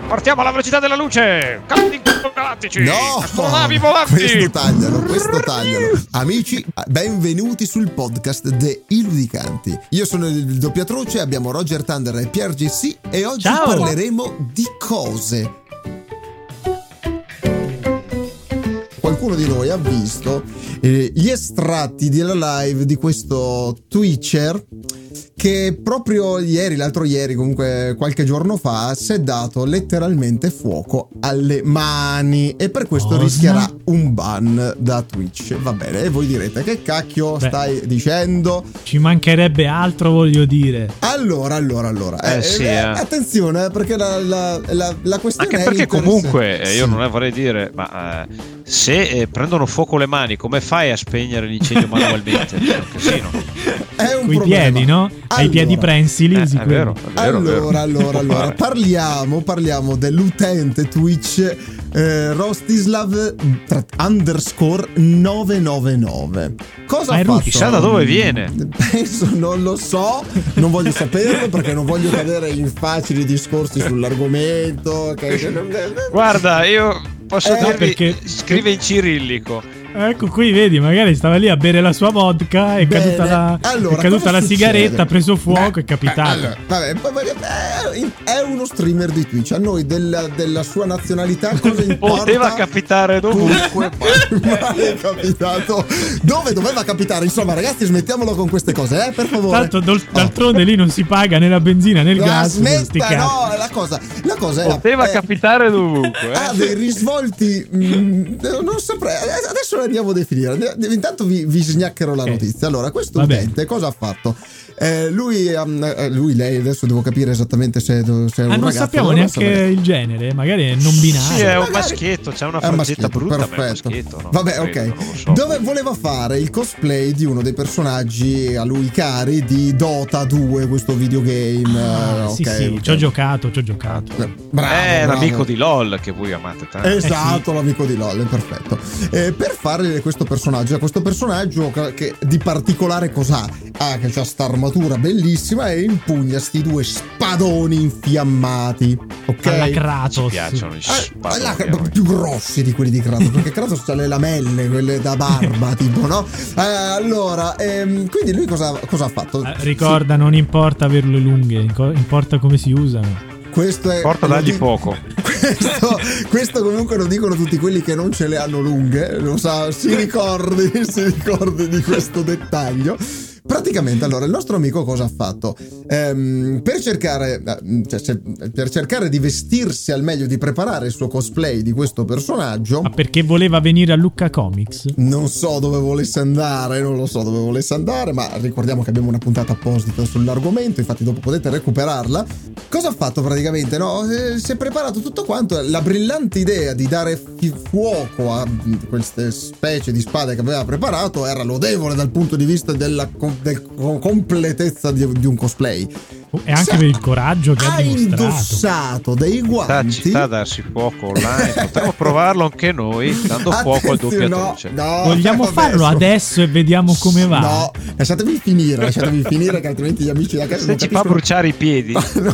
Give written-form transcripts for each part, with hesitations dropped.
Partiamo alla velocità della luce. Caldi galattici. No, astronavi volanti. Questo taglialo. Amici, benvenuti sul podcast de I Ludicanti. Io sono il doppiatroce, abbiamo Roger Thunder e Pier GC e oggi parleremo di cose. Qualcuno di noi ha visto gli estratti della live di questo Twitcher che proprio l'altro ieri, comunque qualche giorno fa, si è dato letteralmente fuoco alle mani e per questo rischierà un ban da Twitch. Va bene, e voi direte che cacchio stai dicendo? Ci mancherebbe altro, voglio dire. Allora. Attenzione, perché la questione anche perché comunque io non vorrei dire, ma se prendono fuoco le mani, come fai a spegnere l'incendio manualmente? È un casino. È un coi problema. Piedi, no? Hai i piedi prensili. È vero. Allora, parliamo dell'utente Twitch Rostislav _999. Cosa ha fatto? Chissà da dove viene. Penso, non lo so, non voglio saperlo perché non voglio cadere in facili discorsi sull'argomento. Guarda, io posso dirvi perché scrive in cirillico. Ecco qui, vedi, magari stava lì a bere la sua vodka, è caduta la sigaretta, ha preso fuoco, è capitato. È uno streamer di Twitch, a noi della sua nazionalità cosa importa? Poteva capitare dovunque, ma è capitato dove doveva capitare. Insomma, ragazzi, smettiamolo con queste cose, per favore. Tanto d'altronde lì non si paga né la benzina né il gas. Smetta, no, la cosa poteva capitare dovunque. Ha dei risvolti, non saprei. Adesso andiamo a definire. Intanto vi snaccherò la notizia. Allora, questo utente cosa ha fatto? Lei, adesso devo capire esattamente se è un ragazzo. Non sappiamo neanche il genere, magari è non binario. Sì, è un maschietto, c'è una frangetta brutta, perfetto. Ma è un maschietto, no? Vabbè, ok. Dove voleva fare il cosplay di uno dei personaggi a lui cari di Dota 2, questo videogame. Sì, ci ho giocato. Bravo. L'amico di LOL che voi amate tanto. Esatto, l'amico di LOL, perfetto. Per fare questo personaggio che di particolare cos'ha? Che c'ha sta armatura bellissima e impugna sti due spadoni infiammati, ok? Alla Kratos. Ci piacciono gli spadoni più grossi di quelli di Kratos, perché Kratos ha le lamelle, quelle da barba tipo, no? Allora, quindi lui cosa ha fatto? Ricorda, non importa averle lunghe, importa come si usano. Questo è dargli poco. Questo comunque lo dicono tutti quelli che non ce le hanno lunghe, lo sa, si ricordi di questo dettaglio. Praticamente, allora, il nostro amico cosa ha fatto? Per cercare di vestirsi al meglio, di preparare il suo cosplay di questo personaggio. Ma perché voleva venire a Lucca Comics? Non so dove volesse andare, ma ricordiamo che abbiamo una puntata apposita sull'argomento, infatti dopo potete recuperarla. Cosa ha fatto praticamente? Si è preparato tutto quanto. La brillante idea di dare fuoco a queste specie di spade che aveva preparato era lodevole dal punto di vista della completezza di un cosplay. E anche per il coraggio che ha dimostrato. Indossato dei guanti. Ci sta a darsi fuoco online. Potremmo provarlo anche noi, dando fuoco al doppiatrice. Vogliamo farlo adesso e vediamo come va. No, lasciatevi finire che altrimenti gli amici da casa se ci fa bruciare i piedi. No,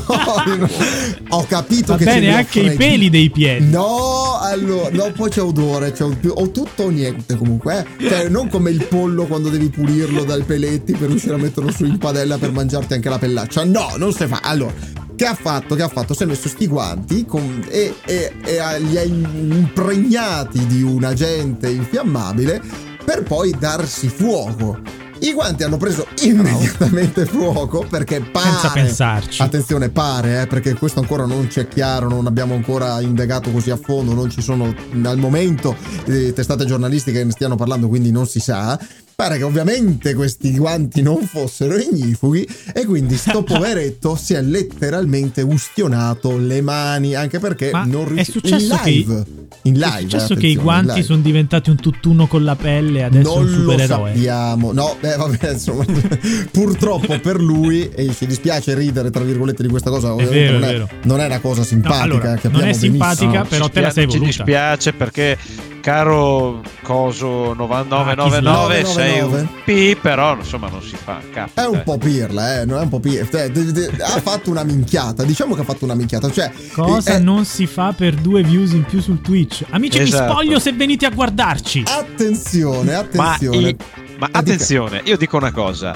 ho capito va che bene anche i peli dei piedi. No, allora, no, poi c'è odore, o tutto o niente comunque, Cioè, non come il pollo quando devi pulirlo dai peletti per riuscire a metterlo su in padella per mangiarti anche la pellaccia. No, non si fa. Allora, che ha fatto? Si è messo sti guanti e li ha impregnati di un agente infiammabile per poi darsi fuoco. I guanti hanno preso immediatamente fuoco perché pare, senza pensarci. Attenzione, pare, perché questo ancora non c'è chiaro, non abbiamo ancora indagato così a fondo, non ci sono al momento testate giornalistiche che ne stiano parlando, quindi non si sa. Pare che ovviamente questi guanti non fossero ignifughi e quindi sto poveretto si è letteralmente ustionato le mani, anche perché non riusciva in live. È successo che i guanti sono diventati un tutt'uno con la pelle, adesso è un supereroe. Non lo sappiamo. No, vabbè, insomma, purtroppo per lui, e ci dispiace ridere tra virgolette di questa cosa, è vero. Non è una cosa simpatica. No, allora, non è simpatica, però te la sei voluta. Ci dispiace perché caro coso 9999 sei un P, però insomma non si fa è un po' pirla, non è un po' pirla, ha fatto una minchiata, diciamo che ha fatto una minchiata, cioè cosa non si fa per 2 views in più sul Twitch. Amici, mi spoglio se venite a guardarci. Attenzione ma attenzione, io dico una cosa,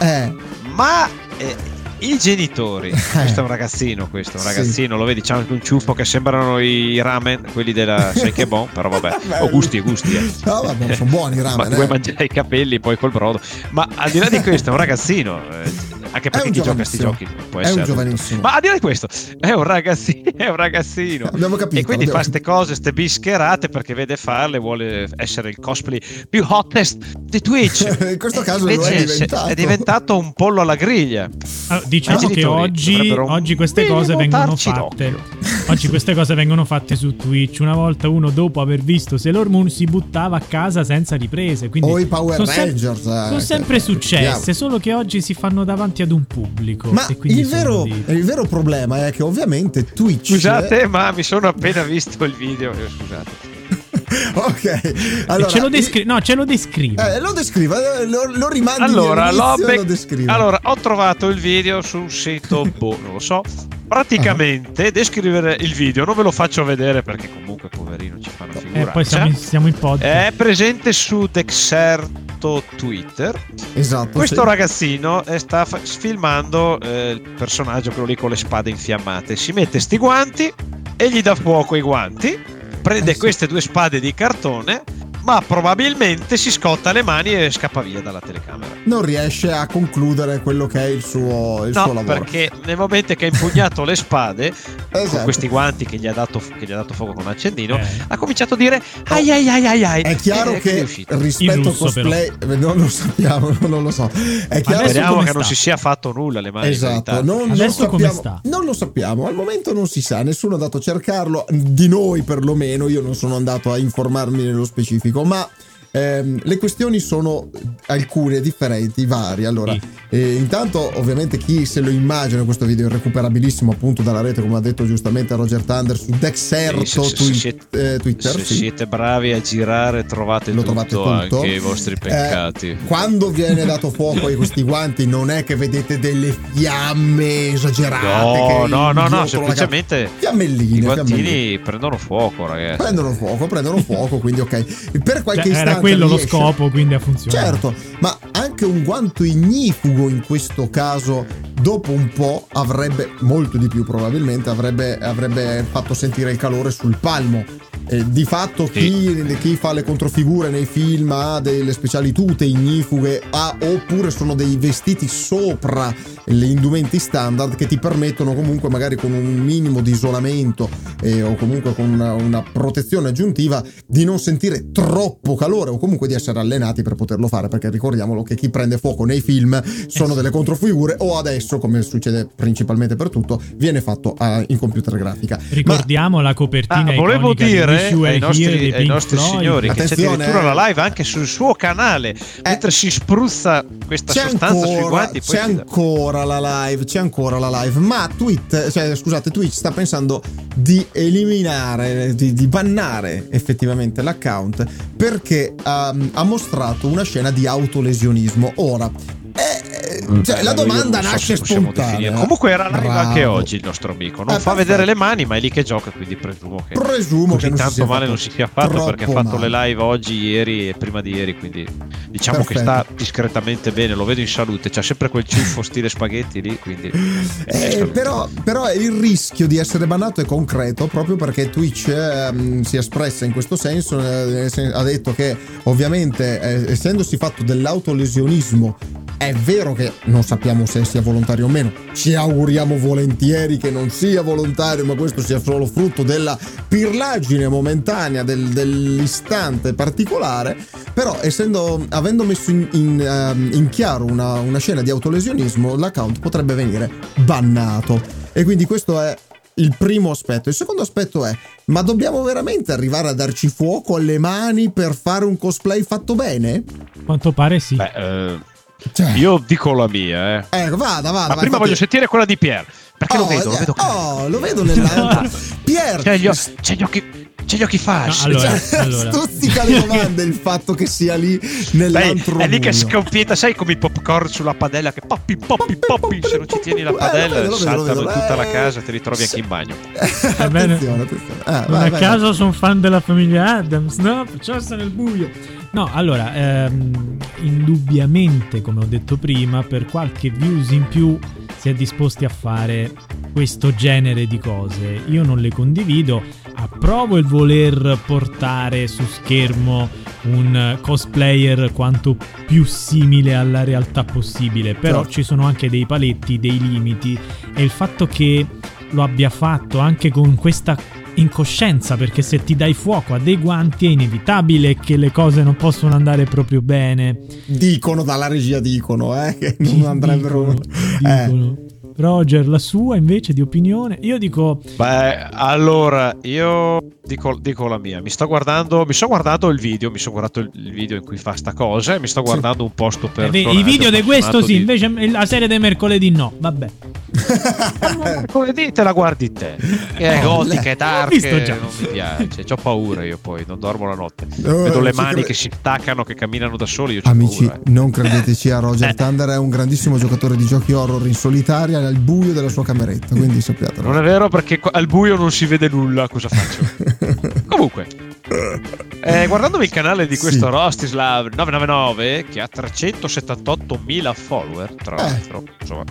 i genitori, questo è un ragazzino, sì. Lo vedi, c'è anche un ciuffo che sembrano i ramen, quelli della Sai che bon, però vabbè, gusti. No, vabbè, sono buoni i ramen. Ma vuoi mangiare i capelli poi col brodo. Ma al di là di questo è un ragazzino, anche perché chi gioca a questi giochi può essere un giovanissimo. Ma al di là di questo è un ragazzino. Abbiamo capito. E quindi fa ste cose, ste bischerate perché vede farle, vuole essere il cosplay più hottest di Twitch. In questo caso è diventato un pollo alla griglia. Allora, diciamo che oggi queste cose vengono fatte. Oggi queste cose vengono fatte su Twitch. Una volta uno, dopo aver visto Sailor Moon, si buttava a casa senza riprese. Quindi o i Power Rangers. Sono sempre successe, solo che oggi si fanno davanti ad un pubblico. Ma il vero problema è che ovviamente Twitch. Scusate, ma mi sono appena visto il video. Scusate. Ok, allora ce lo descriva. Lo descriva, lo rimandi. Allora, lo descriva. Allora, ho trovato il video su un sito, non lo so. Praticamente descrivere il video, non ve lo faccio vedere perché comunque poverino ci fanno figuraccia. Poi siamo in podcast. È presente su Dexerto Twitter. Esatto. Questo ragazzino sta filmando il personaggio, quello lì con le spade infiammate. Si mette sti guanti e gli dà fuoco ai guanti. Prende queste 2 spade di cartone, ma probabilmente si scotta le mani e scappa via dalla telecamera. Non riesce a concludere quello che è il suo lavoro. Perché nel momento che ha impugnato le spade, esatto, con questi guanti che gli ha dato fuoco con un accendino, ha cominciato a dire ai. È chiaro che rispetto al cosplay non lo sappiamo, non lo so. È chiaro, speriamo che non si sia fatto nulla le mani. Esatto, adesso come sta? Non lo sappiamo, al momento non si sa, nessuno è andato a cercarlo, di noi perlomeno, io non sono andato a informarmi nello specifico, ma le questioni sono alcune differenti, varie. Allora, intanto ovviamente chi se lo immagina, questo video è recuperabilissimo appunto dalla rete, come ha detto giustamente Roger Thunder, su Dexerto Twitter. Se siete bravi a girare trovate tutto, anche i vostri peccati. Quando viene dato fuoco a questi guanti non è che vedete delle fiamme esagerate, no, semplicemente fiammelline, i guantini prendono fuoco, ragazzi. Prendono fuoco, quindi ok, per qualche istante quello lo scopo, quindi ha funzionato. Certo, ma anche un guanto ignifugo in questo caso dopo un po' avrebbe, molto di più probabilmente, avrebbe fatto sentire il calore sul palmo. Di fatto chi fa le controfigure nei film ha delle speciali tute ignifughe, oppure sono dei vestiti sopra gli indumenti standard che ti permettono comunque, magari con un minimo di isolamento o comunque con una protezione aggiuntiva, di non sentire troppo calore, o comunque di essere allenati per poterlo fare, perché ricordiamolo che chi prende fuoco nei film sono delle controfigure, o adesso, come succede principalmente per tutto, viene fatto in computer grafica. Ricordiamo la copertina volevo dire ai nostri signori attenzione, che c'è addirittura la live anche sul suo canale, mentre si spruzza questa sostanza sui guanti. C'è ancora la live, ma Twitch sta pensando di eliminare, di bannare effettivamente l'account, perché ha mostrato una scena di autolesionismo. Ora la domanda nasce spontanea. Comunque era live anche oggi il nostro amico. Non fa vedere le mani, ma è lì che gioca, quindi presumo che tanto male non si sia fatto, perché ha fatto le live oggi, ieri e prima di ieri, quindi diciamo che sta discretamente bene. Lo vedo in salute, c'ha sempre quel ciuffo stile spaghetti lì, quindi però il rischio di essere bannato è concreto, proprio perché Twitch si è espressa in questo senso. Ha detto che ovviamente essendosi fatto dell'autolesionismo, è vero che non sappiamo se sia volontario o meno, ci auguriamo volentieri che non sia volontario, ma questo sia solo frutto della pirlaggine momentanea dell'istante particolare. Però avendo messo in chiaro una scena di autolesionismo, l'account potrebbe venire bannato, e quindi questo è il primo aspetto. Il secondo aspetto è: ma dobbiamo veramente arrivare a darci fuoco alle mani per fare un cosplay fatto bene? Quanto pare sì. Io dico la mia, vada. Ma prima voglio sentire quella di Pier, perché lo vedo lo vedo nell'altro. Pier, c'è gli C'è gli occhi falsi. Allora. Stuzzica le domande il fatto che sia lì nell'antro buio. È lì che scompietta, sai, come i popcorn sulla padella che poppi. Se non ci tieni la padella saltano in tutta la casa, te li trovi anche in bagno. Attenzione. Non a caso sono fan della famiglia Addams, no? Perciò sta nel buio. No, allora, indubbiamente, come ho detto prima, per qualche views in più si è disposti a fare questo genere di cose. Io non le condivido, approvo il voler portare su schermo un cosplayer quanto più simile alla realtà possibile, però ci sono anche dei paletti, dei limiti, e il fatto che lo abbia fatto anche con questa incoscienza, perché se ti dai fuoco a dei guanti è inevitabile che le cose non possono andare proprio bene. Dicono dalla regia, che non andrebbero. Dicono. Roger, la sua invece di opinione? Io dico... Beh, allora, io dico la mia. Mi sono guardato il video in cui fa sta cosa, e mi sto guardando un posto per... I video di questo sì, invece la serie dei mercoledì no, vabbè. Mercoledì te la guardi te. È gotica, è dark, non mi piace, c'ho paura io, poi non dormo la notte. Vedo le mani che si staccano, che camminano da soli, io c'ho Amici, paura. non credeteci a Roger Thunder, è un grandissimo giocatore di giochi horror in solitaria al buio della sua cameretta, quindi sappiatelo. Non è vero, perché al buio non si vede nulla, cosa faccio? Comunque, guardandomi il canale di questo Rostislav 999, che ha 378.000 follower, tra l'altro, insomma,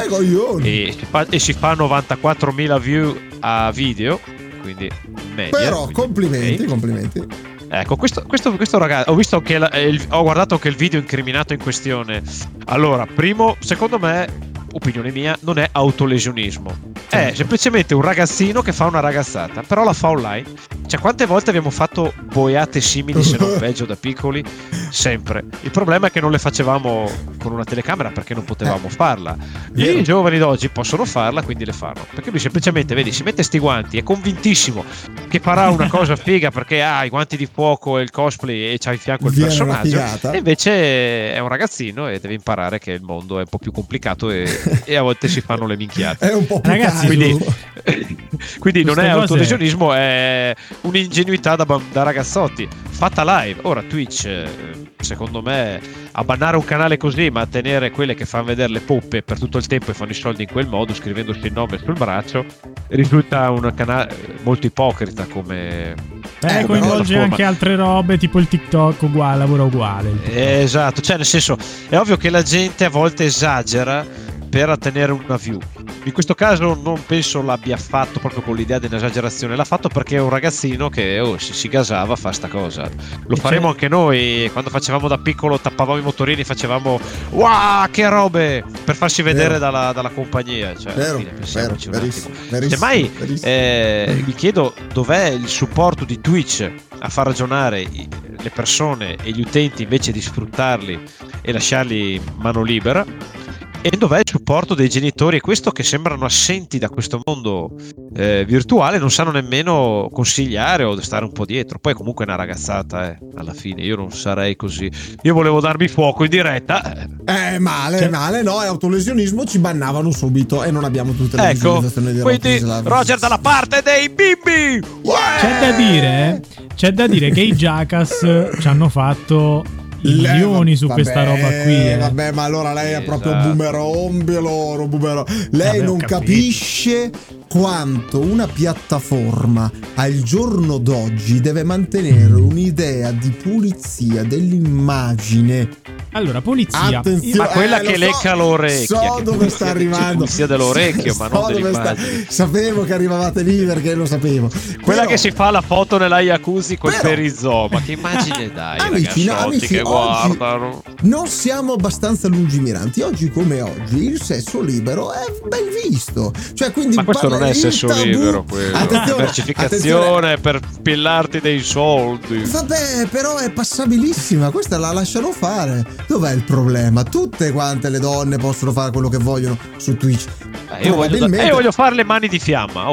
e si fa 94.000 view a video, quindi media. Però complimenti. Ecco, questo ragazzo, ho guardato che il video incriminato in questione. Allora, primo, secondo me, opinione mia, non è autolesionismo. È semplicemente un ragazzino che fa una ragazzata, però la fa online. Cioè, quante volte abbiamo fatto boiate simili, se non peggio, da piccoli? Sempre. Il problema è che non le facevamo con una telecamera, perché non potevamo farla. I giovani d'oggi possono farla, quindi le fanno. Perché lui semplicemente, vedi, si mette sti guanti, è convintissimo che farà una cosa figa, perché ha i guanti di fuoco e il cosplay e c'ha in fianco il personaggio, e invece è un ragazzino e deve imparare che il mondo è un po' più complicato e a volte si fanno le minchiate. È un po' più quindi non è autolesionismo, è un'ingenuità da ragazzotti fatta live. Ora Twitch, secondo me, a bannare un canale così, ma a tenere quelle che fanno vedere le poppe per tutto il tempo e fanno i soldi in quel modo, scrivendosi il nome sul braccio, risulta un canale molto ipocrita come... coinvolge anche altre robe, tipo il TikTok, lavora uguale. Esatto, cioè nel senso, è ovvio che la gente a volte esagera per ottenere una view. In questo caso non penso l'abbia fatto proprio con l'idea di un'esagerazione, l'ha fatto perché è un ragazzino che si gasava a fare sta cosa. Lo faremo anche noi, quando facevamo da piccolo, tappavamo i motorini, facevamo wow, che robe, per farsi vedere dalla compagnia. Cioè, pensiamoci un attimo. Semmai mi chiedo dov'è il supporto di Twitch a far ragionare le persone e gli utenti, invece di sfruttarli e lasciarli mano libera. E dov'è il supporto dei genitori? E questo, che sembrano assenti da questo mondo virtuale, non sanno nemmeno consigliare o stare un po' dietro. Poi comunque è una ragazzata, alla fine io non sarei così. Io volevo darmi fuoco in diretta. Male, no, è autolesionismo, ci bannavano subito e non abbiamo tutte le visualizzazioni di quindi Roger dalla parte dei bimbi. C'è da dire che i Jackass ci hanno fatto milioni su questa roba qui. Vabbè, ma allora lei è proprio boomerone. Lei non capisce quanto una piattaforma al giorno d'oggi deve mantenere un'idea di pulizia dell'immagine. Allora, pulizia, ma quella che lecca l'orecchio. So dove sta arrivando. Pulizia dell'orecchio, ma non dell'immagine. Sapevo che arrivavate lì, perché lo sapevo. Quella che si fa la foto nella jacuzzi col perizoma. Che immagine dai, amici, che guardano. Non siamo abbastanza lungimiranti. Oggi come oggi il sesso libero è ben visto. Cioè, quindi, ma questo non è sesso libero, quello. Mercificazione per pillarti dei soldi. Vabbè, però è passabilissima. Questa la lasciano fare. Dov'è il problema? Tutte quante le donne possono fare quello che vogliono su Twitch. Io voglio fare le mani di fiamma.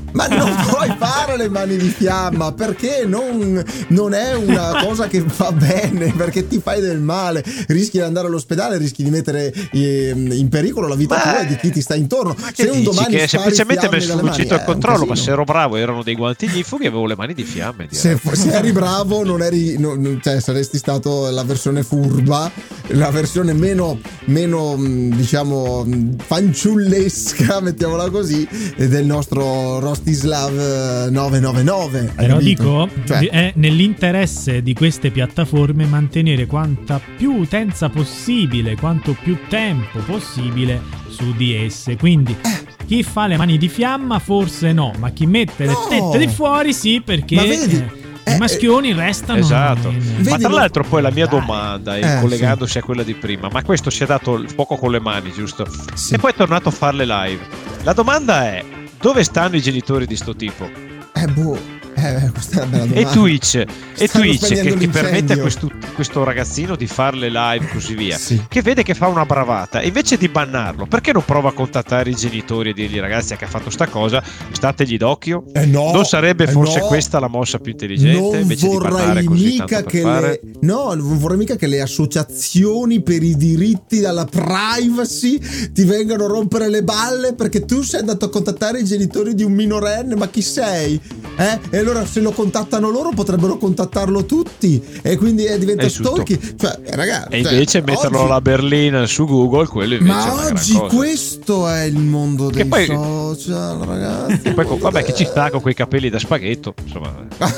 Ma non puoi fare le mani di fiamma, perché non è una cosa che fa bene, perché ti fai del male, rischi di andare all'ospedale, rischi di mettere in pericolo la vita tua e di chi ti sta intorno. Se un domani che semplicemente messo l'uscito al controllo, ma se ero bravo erano dei guanti ignifugi e avevo le mani di fiamme. Se eri bravo cioè saresti stato la versione furba, la versione meno diciamo fanciullesca, mettiamola così, del nostro Rostislav 999. Però dico, è nell'interesse di queste piattaforme mantenere quanta più utenza possibile, quanto più tempo possibile su di esse. Quindi chi fa le mani di fiamma forse no, ma chi mette le tette di fuori sì, perché i maschioni restano. Esatto. Ma tra l'altro poi la mia domanda, collegandosi a quella di prima, ma questo si è dato il fuoco con le mani, giusto? Sì. E poi è tornato a fare le live. La domanda è: dove stanno i genitori di sto tipo? Questa è una bella domanda. E Twitch che ti permette a questo ragazzino di fare le live così via, che vede che fa una bravata, invece di bannarlo, perché non prova a contattare i genitori e dirgli: ragazzi, che ha fatto sta cosa, stategli d'occhio? Non sarebbe forse questa la mossa più intelligente? Invece di bannare così tanto per fare? Non vorrei mica che le associazioni per i diritti alla privacy ti vengano a rompere le balle perché tu sei andato a contattare i genitori di un minorenne. Ma chi sei? E allora se lo contattano loro potrebbero contattarlo tutti e quindi diventa stalking. Cioè, ragazzi, e invece metterlo alla berlina su Google, quello invece ma è oggi una cosa. Questo è il mondo dei social, ragazzi. E poi vabbè, che ci sta con quei capelli da spaghetto, insomma.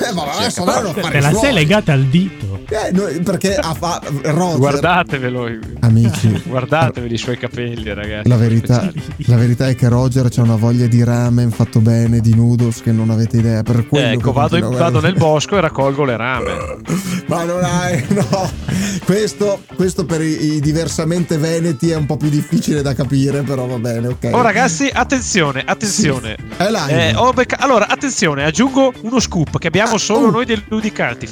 Te la sei legata al dito. Perché Roger, guardatevelo, amici, guardateveli i suoi capelli, ragazzi. La verità è che Roger c'ha una voglia di ramen fatto bene, di noodles, che non avete idea. Per quello ecco, vado nel bosco e raccolgo le rame. Ma non hai, no. Questo per i diversamente veneti è un po' più difficile da capire, però va bene, ok. Oh ragazzi, attenzione. È live. Allora, attenzione, aggiungo uno scoop che abbiamo solo noi dei ludicanti.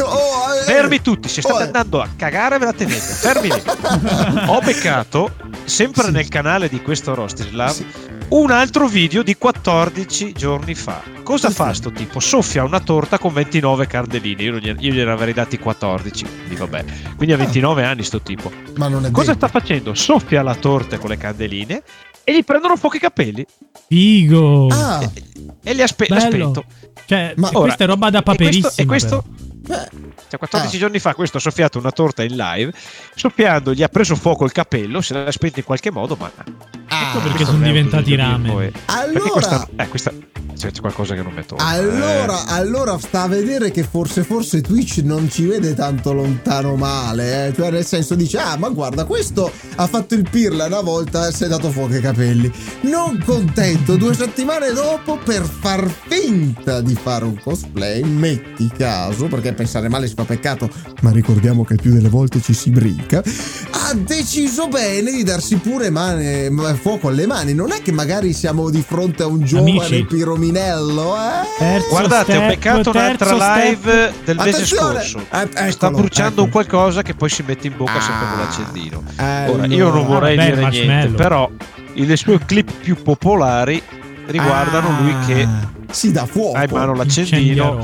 Fermi tutti, se state andando a cagare ve la tenete. Fermi lì. Ho beccato, sempre nel canale di questo Rostislav, un altro video di 14 giorni fa. Cosa fa sto tipo? Soffia una torta con 29 candeline. Io gliene avrei dati 14, quindi vabbè. Quindi ha 29 anni sto tipo. Ma non è cosa sta facendo? Soffia la torta con le candeline e gli prendono fuoco i capelli. Figo! E li ha spento. Cioè, questa è roba da paperissima. E questo cioè 14 giorni fa questo ha soffiato una torta in live, soffiando gli ha preso fuoco il capello, se l'ha spento in qualche modo, ma ecco perché sono diventati ramen. Allora questa c'è qualcosa che non mi torna. Allora sta a vedere che forse Twitch non ci vede tanto lontano male, cioè nel senso dice: ma guarda, questo ha fatto il pirla una volta e si è dato fuoco ai capelli. Non contento, 2 settimane dopo, per far finta di fare un cosplay, metti caso, perché pensare male si fa peccato, ma ricordiamo che il più delle volte ci si brinca, ha deciso bene di darsi pure fuoco alle mani. Non è che magari siamo di fronte a un giovane pirominello, Guardate, ho beccato un'altra live del mese scorso. Sta bruciando un qualcosa che poi si mette in bocca sempre con l'accendino. Ora, io non vorrei dire niente, però le sue clip più popolari riguardano lui che si dà fuoco, ha in mano l'accendino.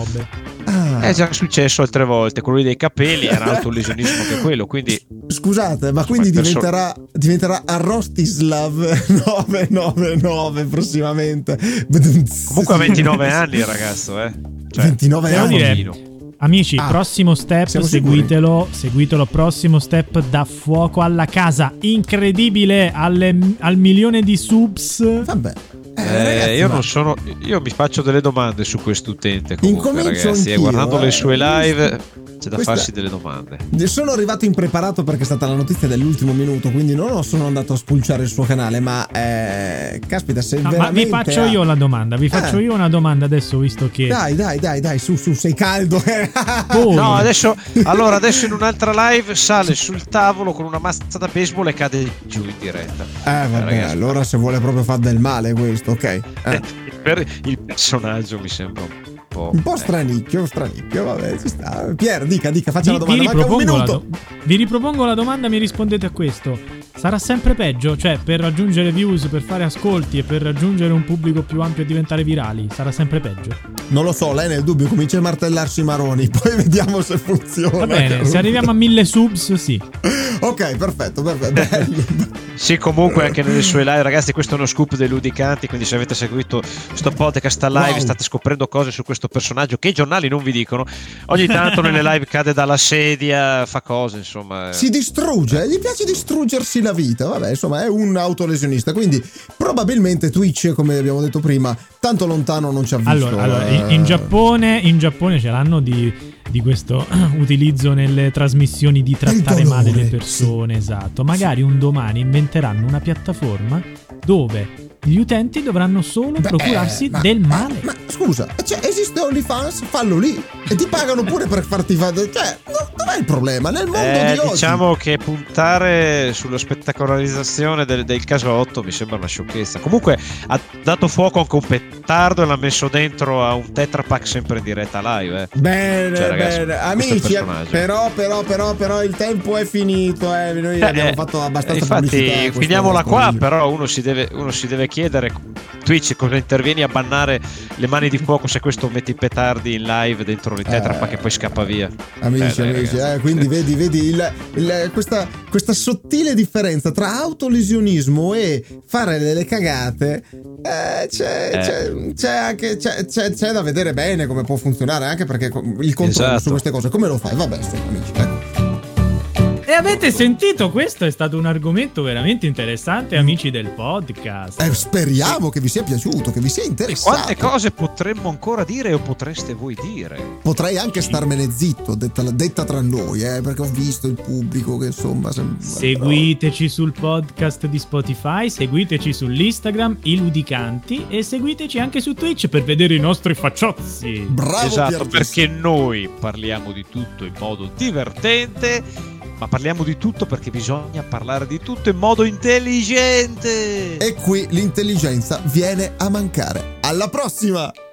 È già successo altre volte. Quello dei capelli era altro lesionismo che quello, quindi scusate, ma quindi diventerà Rostislav 999 prossimamente. Comunque ha 29 anni il ragazzo, cioè, 29 anni. Amici, prossimo step, seguitelo, prossimo step, dà fuoco alla casa, incredibile, al milione di subs. Vabbè. Ragazzi, io mi faccio delle domande su quest'utente comunque, ragazzi, guardando le sue live c'è da farsi delle domande. Sono arrivato impreparato perché è stata la notizia dell'ultimo minuto, quindi non sono andato a spulciare il suo canale, ma caspita, se veramente ma vi faccio io la domanda, faccio io una domanda adesso, visto che dai, su, sei caldo. No, adesso in un'altra live sale sul tavolo con una mazza da baseball e cade giù in diretta. Vabbè, ragazzi, allora se vuole proprio far del male questo, ok. Per il personaggio mi sembra un po' stranicchio, vabbè, ci sta. Pier, dica, faccia la domanda. Vi ripropongo la domanda, mi rispondete a questo. sarà sempre peggio, cioè per raggiungere views, per fare ascolti e per raggiungere un pubblico più ampio e diventare virali, sarà sempre peggio. Non lo so, lei nel dubbio comincia a martellarsi i maroni, poi vediamo se funziona. Va bene, se arriviamo a 1000 subs, sì. Ok, perfetto, bello. Sì, comunque anche nelle sue live, ragazzi, questo è uno scoop dei Ludicanti, quindi se avete seguito sto podcast a live state scoprendo cose su questo personaggio che i giornali non vi dicono. Ogni tanto nelle live cade dalla sedia, fa cose, insomma. Si distrugge, gli piace distruggersi la vita, vabbè, insomma è un autolesionista, quindi probabilmente Twitch, come abbiamo detto prima, tanto lontano non ci ha visto. Allora in Giappone ce l'hanno di questo utilizzo nelle trasmissioni di trattare male le persone, sì. Esatto. Magari un domani inventeranno una piattaforma dove gli utenti dovranno solo procurarsi del male. Ma scusa, cioè, esiste OnlyFans? Fallo lì e ti pagano pure per farti fare. Cioè, dov'è il problema? Nel mondo di oggi. Diciamo che puntare sulla spettacolarizzazione del casotto mi sembra una sciocchezza. Comunque ha dato fuoco anche un petardo e l'ha messo dentro a un Tetra Pak sempre in diretta live. Bene, cioè, ragazzi, bene. Amici, però il tempo è finito. Noi abbiamo fatto abbastanza pubblicità. Infatti, finiamola qua. Però uno si deve chiedere, Twitch, cosa intervieni a bannare le mani di fuoco se questo metti i petardi in live dentro il Tetra Pak che poi scappa via. Amici, quindi vedi questa sottile differenza tra autolesionismo e fare delle cagate. C'è da vedere bene come può funzionare, anche perché il controllo su queste cose come lo fai? Vabbè, amici, ecco. E avete sentito? Questo è stato un argomento veramente interessante, amici del podcast. Speriamo che vi sia piaciuto, che vi sia interessato. E quante cose potremmo ancora dire o potreste voi dire? Potrei anche starmene zitto, detta tra noi, perché ho visto il pubblico che insomma seguiteci sul podcast di Spotify, seguiteci sull'Instagram I Ludicanti e seguiteci anche su Twitch per vedere i nostri facciozzi. Bravo, esatto, perché noi parliamo di tutto in modo divertente, ma parliamo di tutto perché bisogna parlare di tutto in modo intelligente. E qui l'intelligenza viene a mancare. Alla prossima!